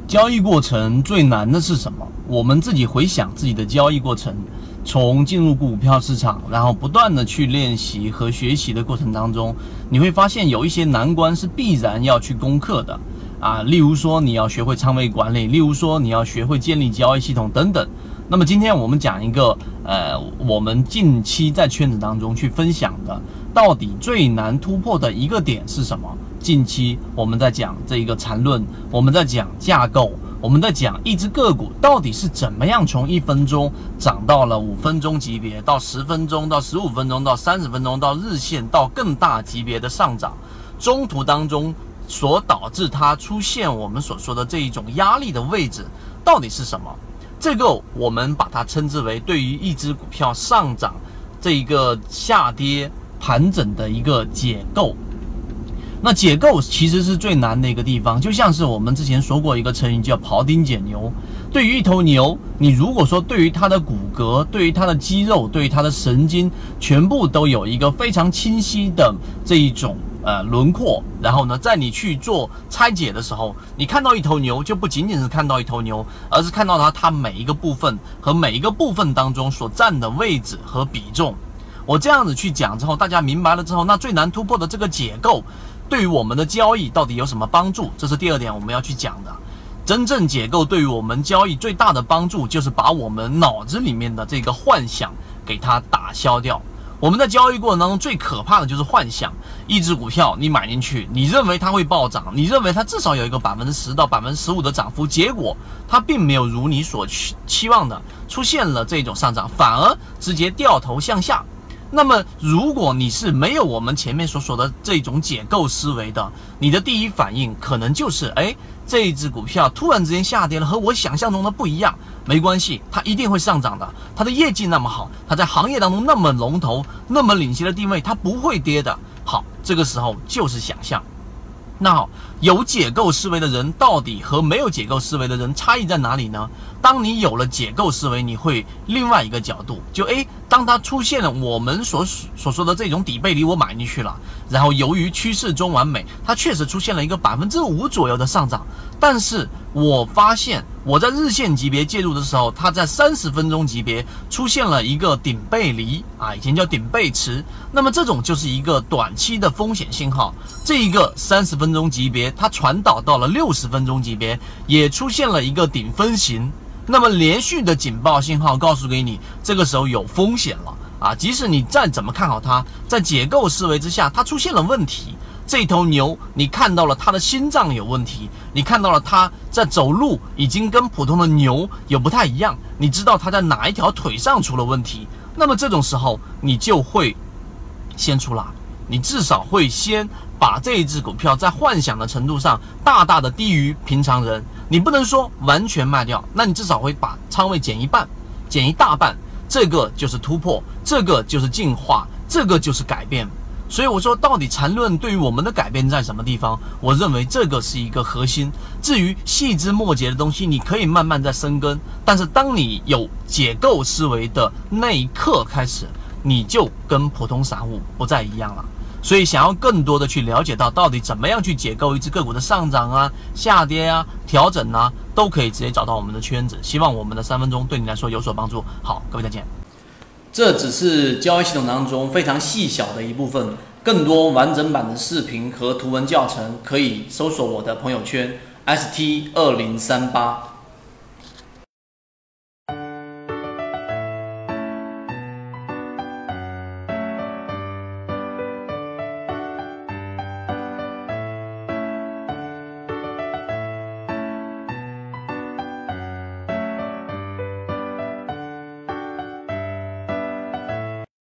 交易过程最难的是什么？我们自己回想自己的交易过程，从进入股票市场，然后不断的去练习和学习的过程当中，你会发现有一些难关是必然要去攻克的啊。例如说你要学会仓位管理，例如说你要学会建立交易系统等等。那么今天我们讲一个我们近期在圈子当中去分享的，到底最难突破的一个点是什么？近期我们在讲这一个缠论，我们在讲架构，我们在讲一只个股到底是怎么样从1分钟涨到了5分钟级别，到10分钟，到15分钟，到30分钟，到日线，到更大级别的上涨，中途当中所导致它出现我们所说的这一种压力的位置到底是什么？这个我们把它称之为对于一只股票上涨这一个下跌盘整的一个解构。那解构其实是最难的一个地方，就像是我们之前说过一个成语叫庖丁解牛。对于一头牛，你如果说对于它的骨骼，对于它的肌肉，对于它的神经，全部都有一个非常清晰的这一种轮廓，然后呢，在你去做拆解的时候，你看到一头牛，就不仅仅是看到一头牛，而是看到它每一个部分和每一个部分当中所占的位置和比重。我这样子去讲之后，大家明白了之后，那最难突破的这个解构对于我们的交易到底有什么帮助？这是第二点我们要去讲的。真正解构对于我们交易最大的帮助，就是把我们脑子里面的这个幻想给它打消掉。我们在交易过程当中最可怕的就是幻想。一只股票你买进去，你认为它会暴涨，你认为它至少有一个10%到15%的涨幅，结果它并没有如你所期望的出现了这种上涨，反而直接掉头向下。那么如果你是没有我们前面所说的这种解构思维的，你的第一反应可能就是这一只股票突然之间下跌了，和我想象中的不一样。没关系，它一定会上涨的，它的业绩那么好，它在行业当中那么龙头，那么领先的地位，它不会跌的。好，这个时候就是想象。那好，有解构思维的人到底和没有解构思维的人差异在哪里呢？当你有了解构思维，你会另外一个角度，就当它出现了我们所说的这种底背离，我买进去了，然后由于趋势中完美，它确实出现了一个5%左右的上涨，但是我发现我在日线级别介入的时候，它在30分钟级别出现了一个顶背离以前叫顶背驰，那么这种就是一个短期的风险信号。这一个30分钟级别它传导到了60分钟级别，也出现了一个顶分型，那么连续的警报信号告诉给你这个时候有风险了即使你再怎么看好它，在解构思维之下它出现了问题，这头牛你看到了它的心脏有问题，你看到了它在走路已经跟普通的牛有不太一样，你知道它在哪一条腿上出了问题，那么这种时候你就会先出来，你至少会先把这一只股票在幻想的程度上大大的低于平常人，你不能说完全卖掉，那你至少会把仓位减一半，减一大半，这个就是突破，这个就是进化，这个就是改变。所以我说到底缠论对于我们的改变在什么地方，我认为这个是一个核心。至于细枝末节的东西，你可以慢慢再生根，但是当你有解构思维的那一刻开始，你就跟普通散户不再一样了。所以想要更多的去了解到底怎么样去解构一只个股的上涨下跌调整都可以直接找到我们的圈子。希望我们的3分钟对你来说有所帮助。好，各位再见。这只是交易系统当中非常细小的一部分，更多完整版的视频和图文教程可以搜索我的朋友圈 ST2038。